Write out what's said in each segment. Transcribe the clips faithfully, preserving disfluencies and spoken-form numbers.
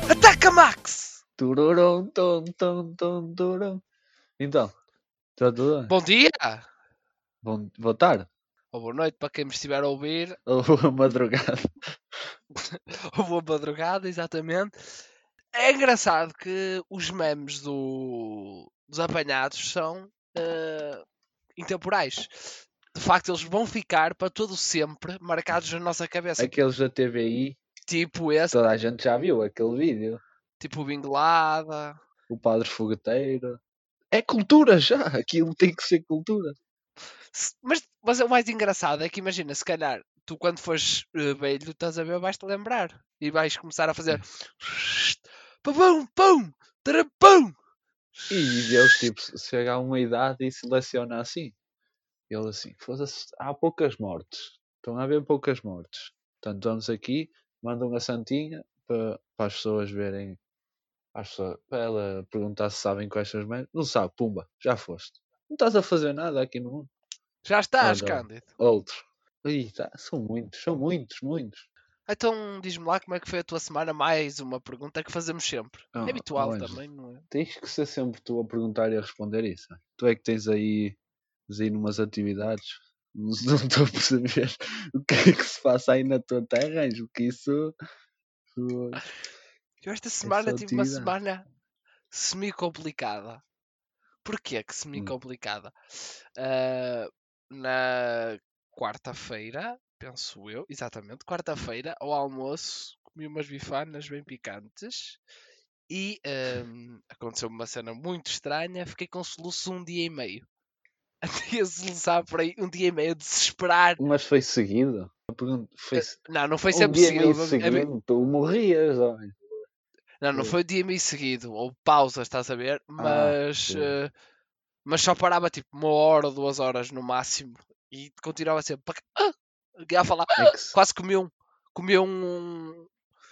Ataca, Max! Tururum, tum, tum, tum, turum. Então, está tudo bem? Bom dia! Bom, boa tarde. Ou boa noite para quem me estiver a ouvir. Ou boa madrugada. Ou boa madrugada, exatamente. É engraçado que os memes do... dos apanhados são uh, intemporais. De facto, eles vão ficar para todo sempre marcados na nossa cabeça. Aqueles da T V I, Tipo esse, toda a gente já viu aquele vídeo. tipo o Binglada. O Padre Fogueteiro. É cultura já. Aquilo tem que ser cultura. Se- Mas, mas o mais engraçado é que imagina, se calhar, tu quando fores uh, velho, estás a ver, vais-te lembrar. E vais começar a fazer... Pum, pum, tarapum. E Deus, tipo, chega a uma idade e seleciona assim. Ele assim, foda-se, há poucas mortes. Estão a haver poucas mortes. Portanto, vamos aqui, mandam a Santinha para, para as pessoas verem. As pessoas, para ela perguntar se sabem quais são os médicos. Não sabe, pumba, já foste. Não estás a fazer nada aqui no mundo. Já estás, Olha, Cândido. outro. Ih, tá, são muitos, são muitos, muitos. Então diz-me lá como é que foi a tua semana. Mais uma pergunta que fazemos sempre. Oh, É habitual oh, Ângelo, também, não é? tens que ser sempre tu a perguntar e a responder isso. Tu é que tens aí, tens aí numas atividades. Não não estou a perceber o que é que se passa aí na tua terra, Ângelo, que isso. Eu esta É semana só tive uma atividade. semana semi-complicada. Porquê que Hum. semi-complicada? Ah, na quarta-feira, penso eu, exatamente, quarta-feira, ao almoço, comi umas bifanas bem picantes e ahm, aconteceu uma cena muito estranha. Fiquei com soluço um dia e meio. Andei a soluçar por aí um dia e meio, a desesperar. Mas foi seguido? Eu pergunto, foi Ah, não, não foi um sempre dia meio seguido. mas é- seguido, tu morrias, homem. Não, não foi um dia e meio seguido, ou pausas, estás a ver? Ah, Mas, pô. ah, mas só parava tipo uma hora, duas horas no máximo e continuava sempre para ah, a falar. É que se, Quase comi um, comi um,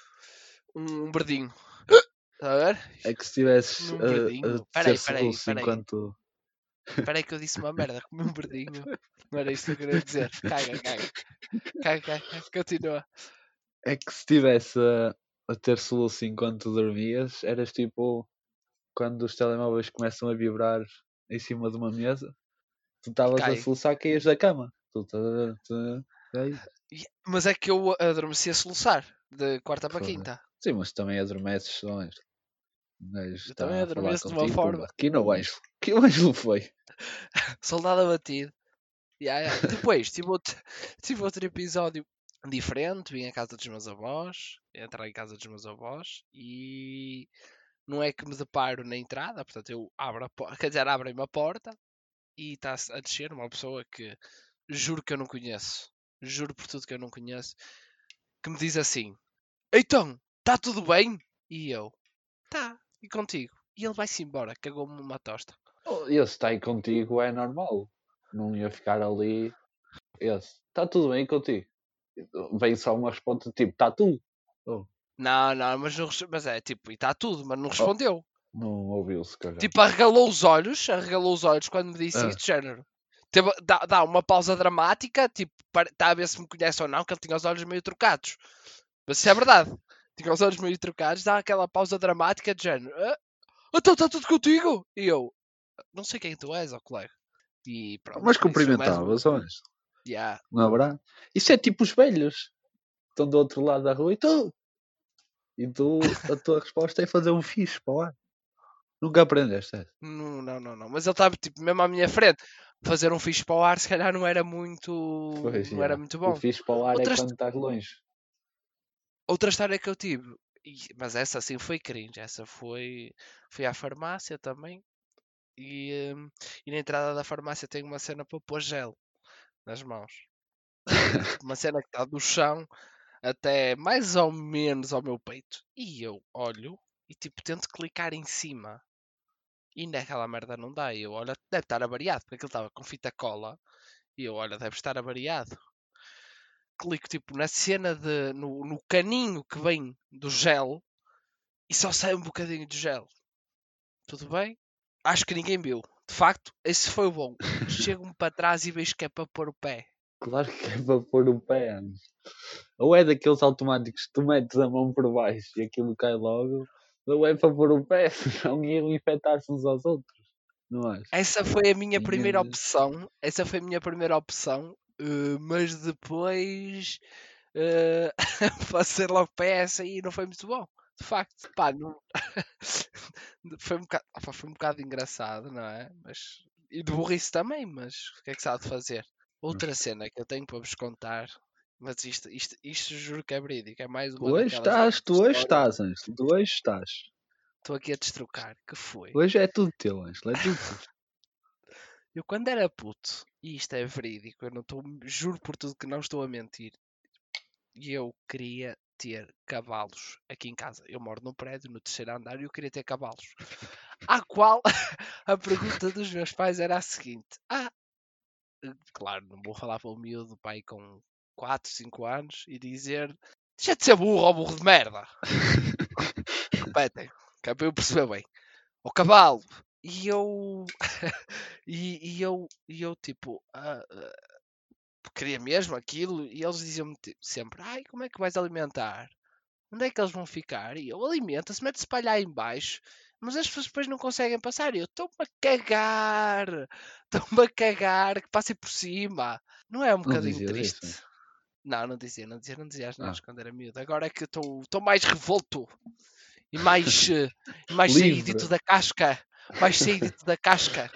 um verdinho. Está a ver? é que se tivesses Comi um a, a verdinho. ter Peraí, peraí, soluço peraí. enquanto. Peraí que eu disse uma merda. Comi um verdinho. Não era isto que eu queria dizer. Caga, caga. Caga, caga. Continua. É que se tivesse a, a ter soluço enquanto dormias, eras tipo quando os telemóveis começam a vibrar em cima de uma mesa, tu E estavas a cai. soluçar, caías da cama. Tu, tu, tu, é isso. E- Mas é que eu adormeci a soluçar. De quarta para Foda-se. quinta. Sim, mas também adormeces longe. O gajo Eu também está a falar adormeço de uma contigo, pumba. forma. Que no Ângelo. Que o Ângelo foi. Soldado abatido. Yeah, yeah. Depois tive outro, tive outro episódio diferente. Vim à casa dos meus avós. Entrei em casa dos meus avós. E não é que me deparo na entrada. Portanto, eu abro a porta. Quer dizer, abrem-me a porta. E está a descer uma pessoa que juro que eu não conheço. Juro por tudo que eu não conheço. Que me diz assim: Então, está tudo bem? E eu: Tá. E contigo? E ele vai-se embora. Cagou-me uma tosta. Oh, esse está aí contigo é normal. Não ia ficar ali. Esse. Está tudo bem contigo? Vem só uma resposta tipo, está tudo. Oh, Não, não, mas, não, res- mas é tipo, e está tudo, mas não oh, respondeu. não ouviu-se, calhar. Tipo, arregalou os olhos, arregalou os olhos quando me disse Ah, isto, género. Teve, dá, dá uma pausa dramática, tipo, está a ver se me conhece ou não, que ele tinha os olhos meio trocados. Mas isso é verdade. Tinha os olhos meio trocados, dá aquela pausa dramática de género. Ah, então está tudo contigo? E eu, não sei quem tu és, ó colega. E pronto, mas isso foi mais uma. cumprimentavas, olha. Yeah. Não haverá? Isso é tipo os velhos. Estão do outro lado da rua e tu. E tu, a tua resposta é fazer um fixe para lá. Nunca aprendeste essa. Não, não, não, não. Mas ele estava tipo, mesmo à minha frente. Fazer um fixe para o ar, se calhar não era muito. Pois, Não era já. muito O bom. fixe para o ar é Outra, quando estás longe. outra história que eu tive, e- mas essa assim foi cringe. Essa foi. Fui à farmácia também. E, hum, e na entrada da farmácia tem uma cena para pôr gel nas mãos. Tipo, uma cena que está do chão até mais ou menos ao meu peito. E eu olho e tipo tento clicar em cima. E naquela merda não dá. E eu olho, deve estar avariado, porque aquilo estava com fita cola. E eu, olha, deve estar avariado. Clico tipo na cena de. no, no caninho que vem do gel e só sai um bocadinho de gel. Tudo bem? Acho que ninguém viu. De facto, esse foi o bom. Chego-me para trás e vejo que é para pôr o pé. Claro que é para pôr o pé. Ou é daqueles automáticos que tu metes a mão por baixo e aquilo cai logo, ou é para pôr o pé, senão iam infectar-se uns aos outros. Não é? Essa foi a minha primeira Tinha... opção. Essa foi a minha primeira opção. Uh, mas depois uh, fazer logo P S aí não foi muito bom. De facto, pá, não... foi, um bocado, opa, foi um bocado engraçado, não é? Mas... E de burrice também, mas o que é que se há de fazer? Outra cena que eu tenho para vos contar, mas isto, isto, isto juro que é verídico, é mais Tu uma hoje daquelas estás, tu hoje histórias. estás, Ângelo. Tu hoje estás. Estou aqui a destrocar, que foi? Hoje é tudo teu, Ângelo. É tudo teu. Eu quando era puto, e isto é verídico, eu não estou, juro por tudo que não estou a mentir, e eu queria ter cavalos aqui em casa. Eu moro num prédio no terceiro andar e eu queria ter cavalos. À qual a pergunta dos meus pais era a seguinte: Ah, claro, não vou falar para o miúdo pai com quatro, cinco anos e dizer deixa de ser burro ou burro de merda. Repetem, que é para eu perceber bem. O cavalo. E eu. e, e eu. E eu tipo. ah, ah, queria mesmo aquilo. E eles diziam-me tipo, sempre: Ai, como é que vais alimentar? Onde é que eles vão ficar? E eu alimenta-se, mete-se para lá em baixo. Mas as pessoas depois não conseguem passar. E eu estou-me a cagar. Estou-me a cagar que passem por cima. Não é um Não bocadinho dizias triste? isso. Não, não dizia, não dizia, não dizia as Ah. neiras quando era miúdo. Agora é que estou mais revolto e mais, eh, e mais Livre. saídito da casca. Mais saídito da casca.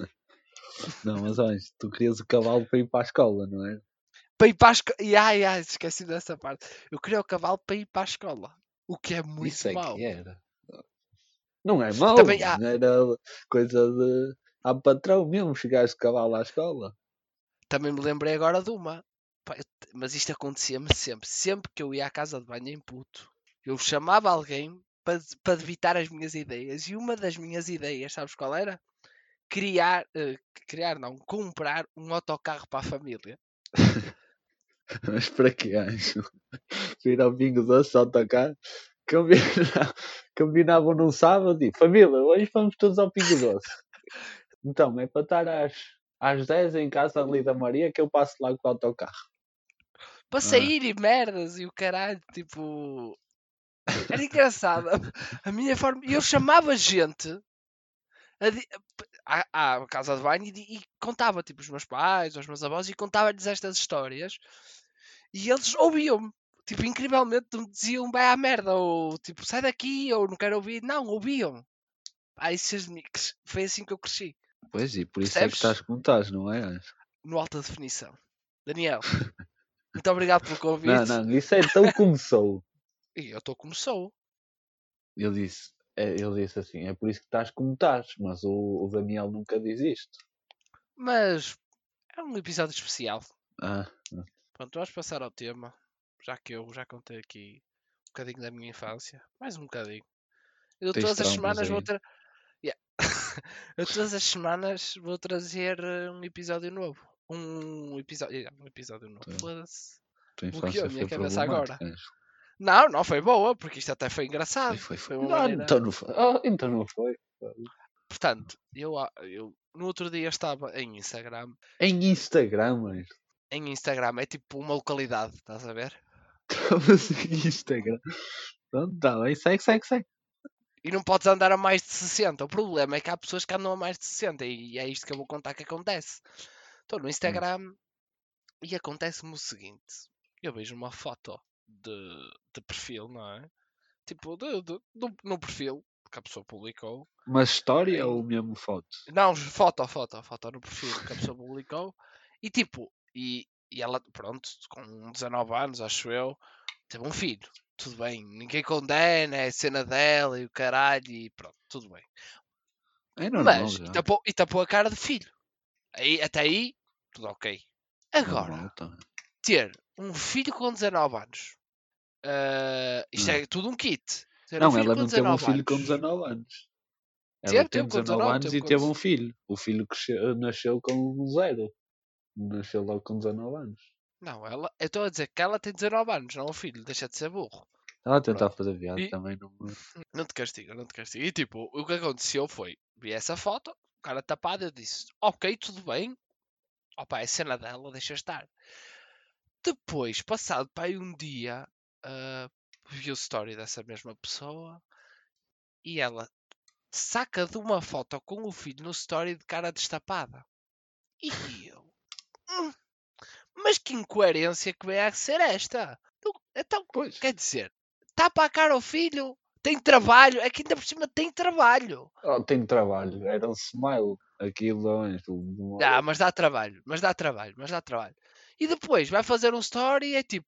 Não, mas olha, tu querias o cavalo para ir para a escola, não é? Para ir para a escola. E ai, ai, esqueci dessa parte. Eu queria o cavalo para ir para a escola. O que é Isso muito é mau. que era. Não é mau, Também há, era coisa de. Há patrão mesmo, chegares de cavalo à escola. também me lembrei agora de uma. Pá, eu te- mas isto acontecia-me sempre. Sempre que eu ia à casa de banho em puto, eu chamava alguém para, para debitar as minhas ideias. E uma das minhas ideias, sabes qual era? Criar, eh, criar não, comprar um autocarro para a família. Mas para que anjo? Ir ao Pingo Doce, autocarro. Combina- Combinavam num sábado e família, hoje vamos todos ao Pingo Doce. Então, é para estar às, às dez em casa ali da Maria que eu passo lá com o autocarro. Para Ah. sair e merdas e o caralho, tipo. Era engraçado. A, a minha forma. E eu chamava gente a di- à, à casa de banho e, di- e contava, tipo, os meus pais, os meus avós, e contava-lhes estas histórias. E eles ouviam-me. Tipo, incrivelmente não me diziam vai à merda, ou tipo, sai daqui, ou não quero ouvir. Não, ouviam. Ah, isso fez-me- cres- foi assim que eu cresci. Pois, e por isso é que estás Percebes? como estás, não é, anjo? No alta definição. Daniel, muito obrigado pelo Não, convite. não, isso é tão como sou. E eu estou como sou. Ele disse, é, ele disse assim, é por isso que estás como estás, mas o, o Daniel nunca diz isto. Mas é um episódio especial. Ah, Pronto, vamos passar ao tema. Já que eu já contei aqui um bocadinho da minha infância. Mais um bocadinho. Eu tens todas as traumas semanas vou aí. ter. Yeah. Eu todas as semanas vou trazer eh, um episódio novo. Um episódio. Yeah, um episódio novo. Tua, Foda-se. tua Bloqueou a infância minha foi cabeça agora. problemática, anjo. Não, não foi boa, porque isto até foi Foi, engraçado. foi, foi. Foi uma Não, maneira. então não foi. Oh, então não foi. Portanto, eu, a- eu no outro dia estava em Instagram. Em Instagram, anjo. Em Instagram é tipo uma localidade, estás a ver? Estavas em Instagram. Pronto, tá bem, segue, segue, segue. E não podes andar a mais de sessenta. O problema é que há pessoas que andam a mais de sessenta e é isto que eu vou contar que acontece. Estou no Hum. Instagram e acontece-me o seguinte: eu vejo uma foto de, de perfil, não é? Tipo, de, de, do- no perfil que a pessoa publicou. Mas história ou Em... mesmo foto? Não, foto, foto, foto no perfil que a pessoa publicou. E tipo, e, e ela, pronto, com dezanove anos, acho eu, teve um filho. Tudo bem, ninguém condena, é a cena dela e o caralho, e pronto, tudo bem. É normal Mas, e já. tapou, e tapou a cara de filho. Aí, até aí, tudo ok. Agora, Normal também. ter um filho com dezanove anos. ah, isto Ah. é tudo um kit. Ter um Não, filho ela com não teve um dezanove filho com anos. dezanove anos. Ela Teve, tem teve com dezanove dezanove, anos teve e com teve um dezanove. filho. O filho cresceu, nasceu com zero. Nasceu logo com dezanove anos. Não, ela, eu estou a dizer que ela tem dezanove anos, não o filho. Deixa de ser burro. Ela a tentar Pronto. fazer viagem E também. Não... não te castigo, não te castigo. E tipo, o que aconteceu foi, vi essa foto, o cara tapado, eu disse, ok, tudo bem. Opa, é cena dela, deixa estar. Depois, passado para aí um dia, uh, vi o story dessa mesma pessoa e ela saca de uma foto com o filho no story de cara destapada. E eu, hum, mas que incoerência que vai a ser esta? Então, Pois. quer dizer, tapa a cara ao filho, tem trabalho, é que ainda por cima tem trabalho. Oh, tem trabalho, era um smile. Aquilo longe, demora. Ah, mas dá trabalho, mas dá trabalho, mas dá trabalho. E depois vai fazer um story e é tipo,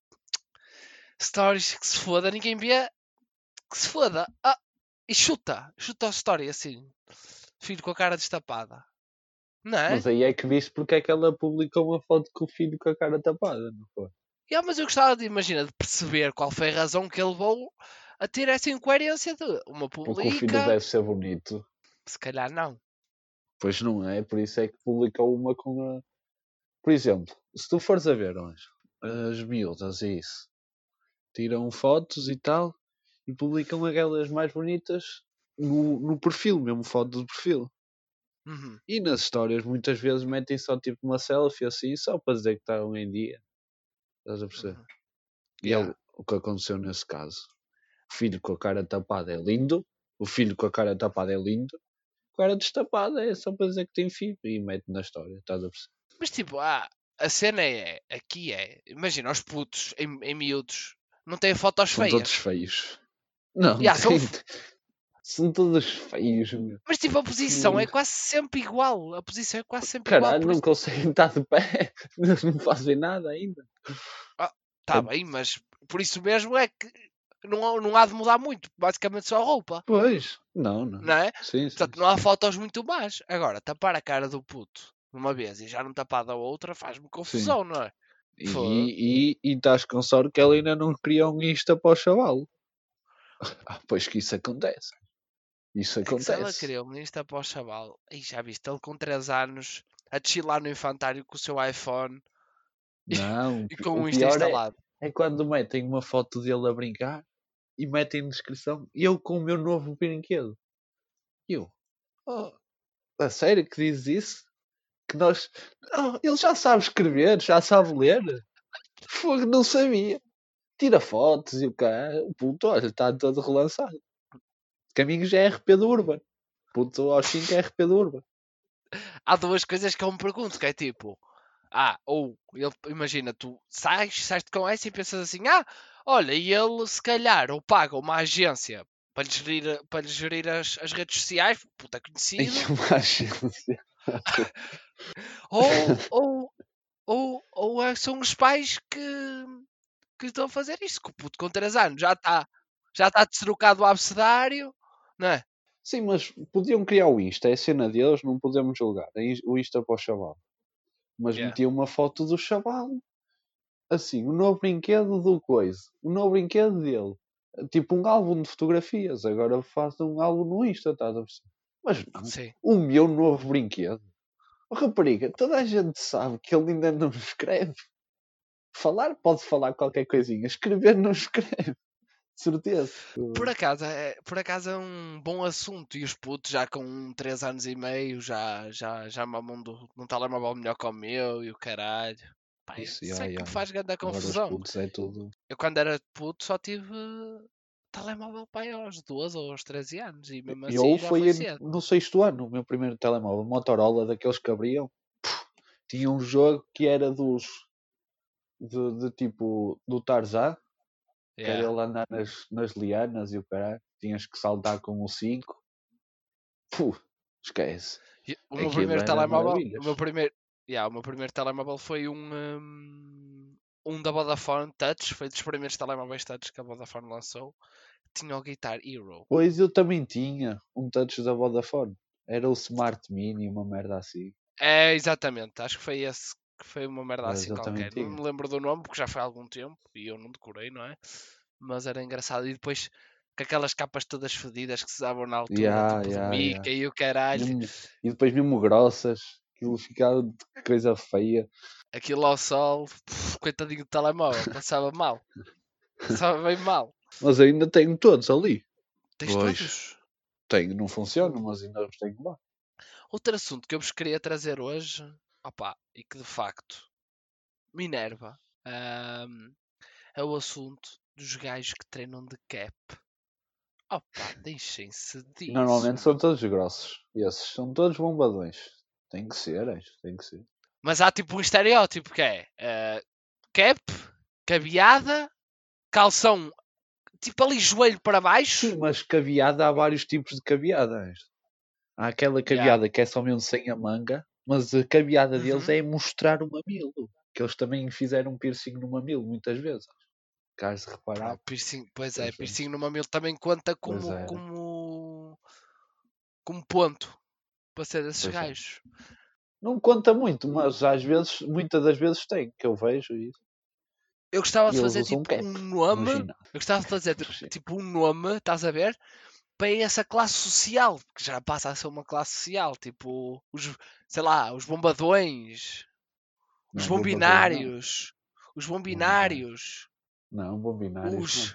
stories que se foda, ninguém vê, que se foda. Ah, e chuta, chuta o story assim, filho com a cara destapada. Não é? Mas aí é que viste porque é que ela publicou uma foto com o filho com a cara tapada, não foi? E, ah, mas eu gostava de, imagina, de perceber qual foi a razão que ele levou a ter essa incoerência de uma Porque o filho publica, deve ser bonito. se calhar não. Pois não é, por isso é que publicou uma com a. Por exemplo, se tu fores a ver hoje, as miúdas e isso, tiram fotos e tal e publicam aquelas mais bonitas no, no perfil, mesmo foto do perfil. Uhum, E nas histórias muitas vezes metem só tipo uma selfie assim, só para dizer que estão em dia. Estás a perceber? uhum. E é Yeah. o, o que aconteceu nesse caso. O filho com a cara tapada é lindo, o filho com a cara tapada é lindo, a cara destapada é só para dizer que tem filho e mete na história, estás a perceber? Mas tipo, ah, a cena é, aqui é, imagina, os putos em, em miúdos não têm fotos São todos feias. feios. Não, Yeah, são, tem, são todos feios, meu. mas tipo, a posição é quase sempre igual. A posição é quase sempre igual. Caralho, Por não isso, conseguem estar de pé, não fazem nada ainda. ah, É, tá bem, mas por isso mesmo é que não, há- não há de mudar muito. Basicamente só a roupa, pois, não, não. não é? Sim, sim, Portanto, não sim. há fotos muito más. Agora, tapar a cara do puto uma vez e já não tapar da outra faz-me Sim. confusão, não é? Foda. E, e, e estás com sorte que ela ainda não criou um Insta para o chaval. Ah, pois que isso acontece. Isso É que se ela acontece. criou um Insta para o chaval, e já viste, ele com três anos a chilar no infantário com o seu iPhone Não, e o com o Insta pior é, instalado. é quando metem uma foto dele a brincar e metem na descrição eu com o meu novo brinquedo. E eu, oh, a sério que dizes isso? Que nós. Oh, ele já sabe escrever, já sabe ler. Fogo, não sabia. Tira fotos e o cara, o puto, olha, está todo relançado. Caminho já é R P do Urban. Puto aos cinco é R P do Urban. Há duas coisas que eu me pergunto, que é tipo, ah, ou ele, imagina, tu sais, sais com essa e pensas assim, ah, olha, e ele se calhar ou paga uma agência para lhe gerir, para lhe gerir as, as redes sociais, puta Ai, conhecido, uma agência. ou, ou, ou, ou é- são os pais que, que estão a fazer isso, que o puto com três anos já está já está destrocado o abecedário, não é? Sim, mas podiam criar o Insta, é a cena deles, não podemos julgar. É o Insta para o chaval. Mas Yeah. metia uma foto do chaval. Assim, o novo brinquedo do coisa. O novo brinquedo dele. Tipo um álbum de fotografias. Agora faço um álbum no Insta, estás a perceber? Mas não. Sim. O meu novo brinquedo. Oh, rapariga, toda a gente sabe que ele ainda não escreve. Falar pode falar qualquer coisinha. Escrever não escreve. Certeza. Por acaso, é, por acaso é um bom assunto e os putos já com três anos e meio já, já, já mamam do, num telemóvel melhor que o meu e o caralho. Pá, Isso, isso ya, é que ya, me ya. faz grande Agora os confusão. putos é tudo. Eu quando era puto só tive telemóvel pai aos doze ou aos treze anos e mesmo assim Eu já foi fui cedo. no sexto ano, o meu primeiro telemóvel, Motorola, daqueles que abriam. Tinha um jogo que era dos. De, de tipo. Do Tarzan, que era Yeah. ele andar nas, nas lianas e o caralho. Tinhas que saltar com o cinco. Puh, esquece. E o meu Aquilo primeiro era telemóvel, o maravilhas. meu primeiro, yeah, o meu primeiro telemóvel foi um, um, um da Vodafone Touch, foi dos primeiros telemóveis Touch que a Vodafone lançou. Tinha o Guitar Hero. Pois eu também tinha um touch da Vodafone. Era o Smart Mini, uma merda assim. É, exatamente, acho que foi esse que foi uma merda Mas assim eu também qualquer. Não tinha. me lembro do nome porque já foi há algum tempo e eu não decorei, não é? Mas era engraçado. E depois com aquelas capas todas fedidas que se usavam na altura, Ya, tipo de ya, ya. Mickey e o caralho. Mesmo- E depois mesmo grossas. Aquilo ficava de coisa feia. Aquilo ao sol, puf, coitadinho do telemóvel, passava mal. Passava bem mal. Mas ainda tenho todos ali. Tens Pois, todos? tenho, não funciona, Fogo. mas ainda os tenho lá. Outro assunto que eu vos queria trazer hoje. Opa, e que de facto me enerva, ahm, é o assunto dos gajos que treinam de cap. Opa, deixem-se E disso, normalmente são meu. todos grossos. E esses são todos bombadões. Tem que ser, é, tem que ser. Mas há tipo um estereótipo que é eh, cap, cabeada, calção tipo ali joelho para Sim, baixo. mas caveada há vários tipos de caveadas. Há aquela Yeah. caveada que é só mesmo sem a manga, mas a caveada deles Uhum. é mostrar o mamilo. Que eles também fizeram um piercing no mamilo, muitas vezes. Caso reparar, Pá, piercing, pois é, muitas piercing vezes. no mamilo também conta Pois como, é, como, como ponto para ser desses pois é. gajos. Não conta muito, mas às vezes, muitas das vezes tem, que eu vejo isso. Eu gostava E de eles fazer usam tipo cap um no nome, ginásio. eu gostava de fazer tipo um nome, estás a ver? Para essa classe social, que já passa a ser uma classe social, tipo os, sei lá, os bombadões, os Não, bombadões não. bombinários, os Bombinários. bombinários, Não, bombinários não. os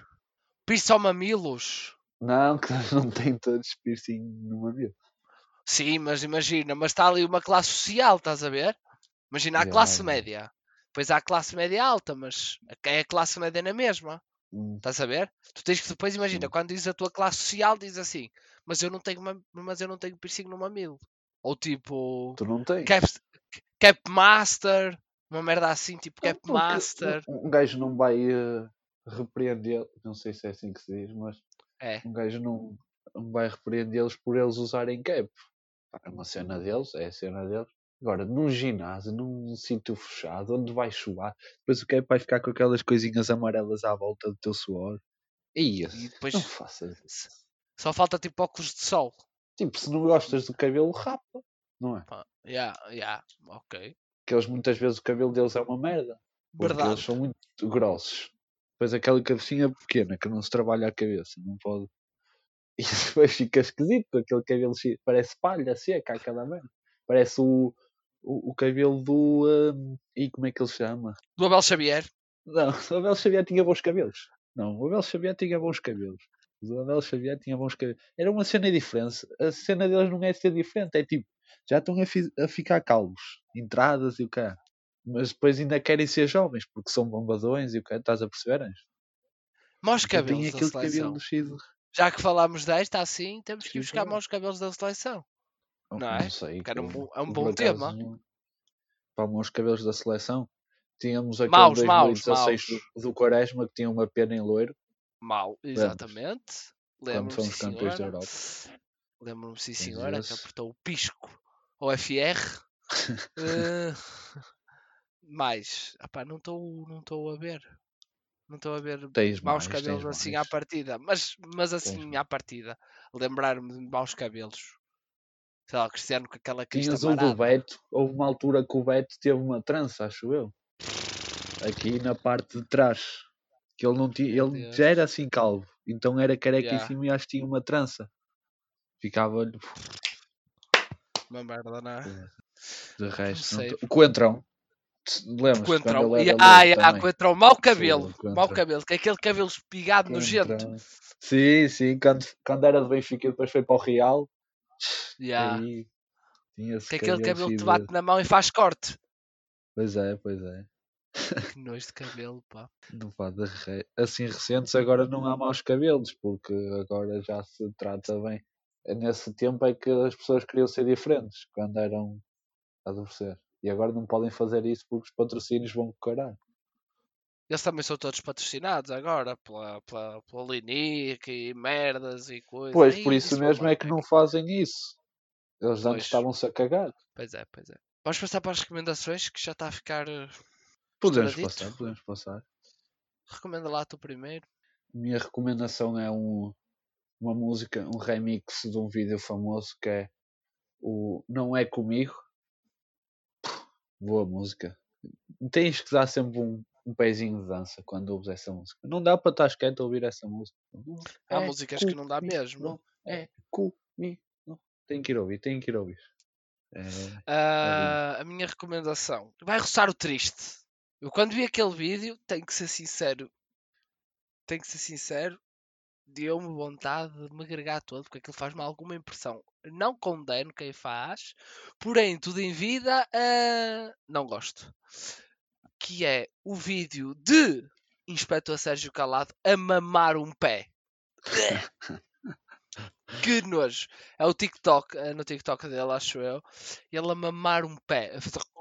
pirsomamilos. Não, que não tem todos piercing no mamilo. Sim, mas imagina, mas está ali uma classe social, estás a ver? Imagina a Yeah, classe yeah. média. Depois há a classe média alta, mas é a classe média na mesma. Hum, Estás a ver? Tu tens que depois, imagina, sim. quando diz a tua classe social, diz assim, mas eu não tenho, ma- mas eu não tenho piercing no mamilo. Ou tipo, Tu não tens. cap, cap master, uma merda assim, tipo cap Não, porque um master. um gajo não vai eh, repreender, não sei se é assim que se diz, mas É. um gajo não, não vai repreendê-los por eles usarem cap. Pá, é uma cena deles, é a cena deles. Agora, num ginásio, num sítio fechado, onde vai chuar, depois o cap vai ficar com aquelas coisinhas amarelas à volta do teu suor. Ia, E não depois faças s- isso. só falta tipo óculos de sol. Tipo, se não gostas do cabelo, rapa, não é? Pá, yeah, yeah, ok. Que eles muitas vezes o cabelo deles é uma merda, porque eles Verdade. são muito grossos. Depois aquela cabecinha pequena que não se trabalha a cabeça, não pode. E depois fica esquisito, com aquele cabelo chi- parece palha seca, aquela merda. Parece o, o, o cabelo do. hum, e como é que ele se chama? Do Abel Xavier. Não, o Abel Xavier tinha bons cabelos. Não, o Abel Xavier tinha bons cabelos. O Abel Xavier tinha bons cabelos. Era uma cena diferente. A cena deles não é ser diferente, é tipo, já estão a, fi- a ficar calvos, entradas e o cara. Mas depois ainda querem ser jovens, porque são bombadões e o cara, estás a perceber? Anjo? Maus Então tem cabelos da aquele cabelo seleção. cheio de. Já que falámos desta assim, temos que ir Cheio buscar de... maus cabelos da seleção. Oh, Não não é? sei, Porque que era um eu, bom, é um eu por bom acaso tema. não. Para os cabelos da seleção. Tínhamos aquele Maus, maus, dois mil e dezasseis do, maus. do Quaresma que tinha uma pena em loiro. Mau, Lembras? exatamente. Quando Lembro-me, sim fomos campeões da senhora. Europa. Lembro-me, sim Tens senhora, que esse. apertou o pisco ao F R. Eh, mais, opá, não estou não estou a ver. Não estou a ver Tens maus mais, cabelos tens assim mais. à partida. Mas, mas Tens assim mais. à partida. Lembrar-me de maus cabelos. Sei lá, Cristiano com aquela crista Tinhas o do marada. Beto. Houve uma altura que o Beto teve uma trança, acho eu. Aqui na parte de trás. Que ele não tinha. Meu Ele já era Deus. assim calvo. Então era careca em Yeah, cima e acho que tinha uma trança. Ficava-lhe. uma merda, não é? De Não resto. Não sei. tô... O Coentrão. De Lembras-te quando Coentrão. ele E, era ah, loiro yeah, também? Coentrão. Mau cabelo. Fogo, Mau Coentrão. cabelo. Que é aquele cabelo espigado nojento. Coentrão. Sim, sim. Quando, quando era do Benfica e depois foi para o Real. Yeah. Aí tinha esse Que é aquele cabelo cabelo que cheio te de. bate na mão e faz corte. Pois é, pois é. Que nojo de cabelo, pá. Não pá, de re... Assim recentes agora não há maus cabelos, porque agora já se trata bem. Nesse tempo é que as pessoas queriam ser diferentes, quando eram adolescentes. E agora não podem fazer isso porque os patrocínios vão carar. Eles também são todos patrocinados agora pela, pela, pela Linique e merdas e coisas. Pois, por Aí, isso isso foi mesmo uma é que não beca. fazem isso. Eles antes Pois, estavam-se a cagar. pois é, pois é. Vamos passar para as recomendações que já está a ficar eh, Podemos estouradito. passar, podemos passar. Recomenda lá tu primeiro. Minha recomendação é um, uma música, um remix de um vídeo famoso que é o Não É Comigo. Boa música. Tens que dar sempre um, um pezinho de dança quando ouves essa música. Não dá para estar quieto a ouvir essa música. Não Há é músicas que não dá comigo, mesmo. não é comigo. Não. Tem que ir ouvir, tem que ir ouvir. É, é lindo. Ah, a minha recomendação vai roçar o triste. Eu quando vi aquele vídeo, tenho que ser sincero, tenho que ser sincero, deu-me vontade de me agregar todo, porque aquilo faz-me alguma impressão. Não condeno quem faz, porém, tudo em vida, uh, não gosto. Que é o vídeo de Inspetor Sérgio Calado a mamar um pé. Que nojo. É o TikTok, é no TikTok dele, acho eu. Ele a mamar um pé.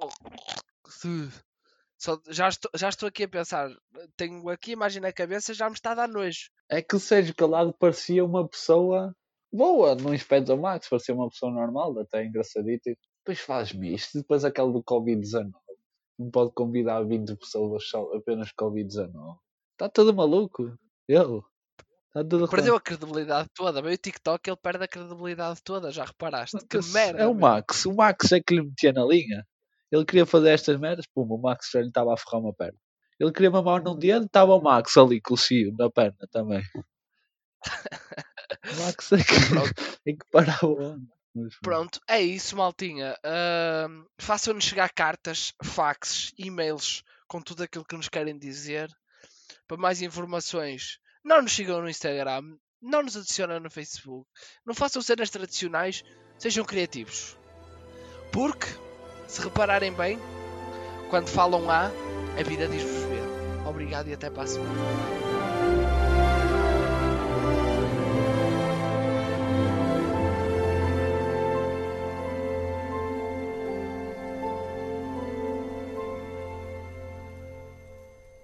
Só, já, estou, já estou aqui a pensar. Tenho aqui a imagem na cabeça, já me está a dar nojo. É que o Sérgio Calado parecia uma pessoa boa no Inspector Max, parecia uma pessoa normal, até engraçadita. E depois faz-me isto, depois aquele do covid dezanove. Não pode convidar vinte pessoas só apenas covid dezanove. Está todo maluco. Ele. Está tudo Perdeu relento. a credibilidade toda. Meio TikTok ele perde a credibilidade toda, já reparaste? Que É merda, o meu. Max. O Max é que lhe metia na linha. Ele queria fazer estas merdas, pum, o Max já lhe estava a ferrar uma perna. Ele queria mamar num dedo, estava o Max ali com o cio na perna também. O Max é que, é que parava o ano. Pronto, é isso, maltinha. Uh, Façam-nos chegar cartas, faxes, e-mails com tudo aquilo que nos querem dizer. Para mais informações, não nos sigam no Instagram, não nos adicionem no Facebook, não façam cenas tradicionais, sejam criativos. Porque, se repararem bem, quando falam A, a vida diz-vos B. Obrigado e até para a semana.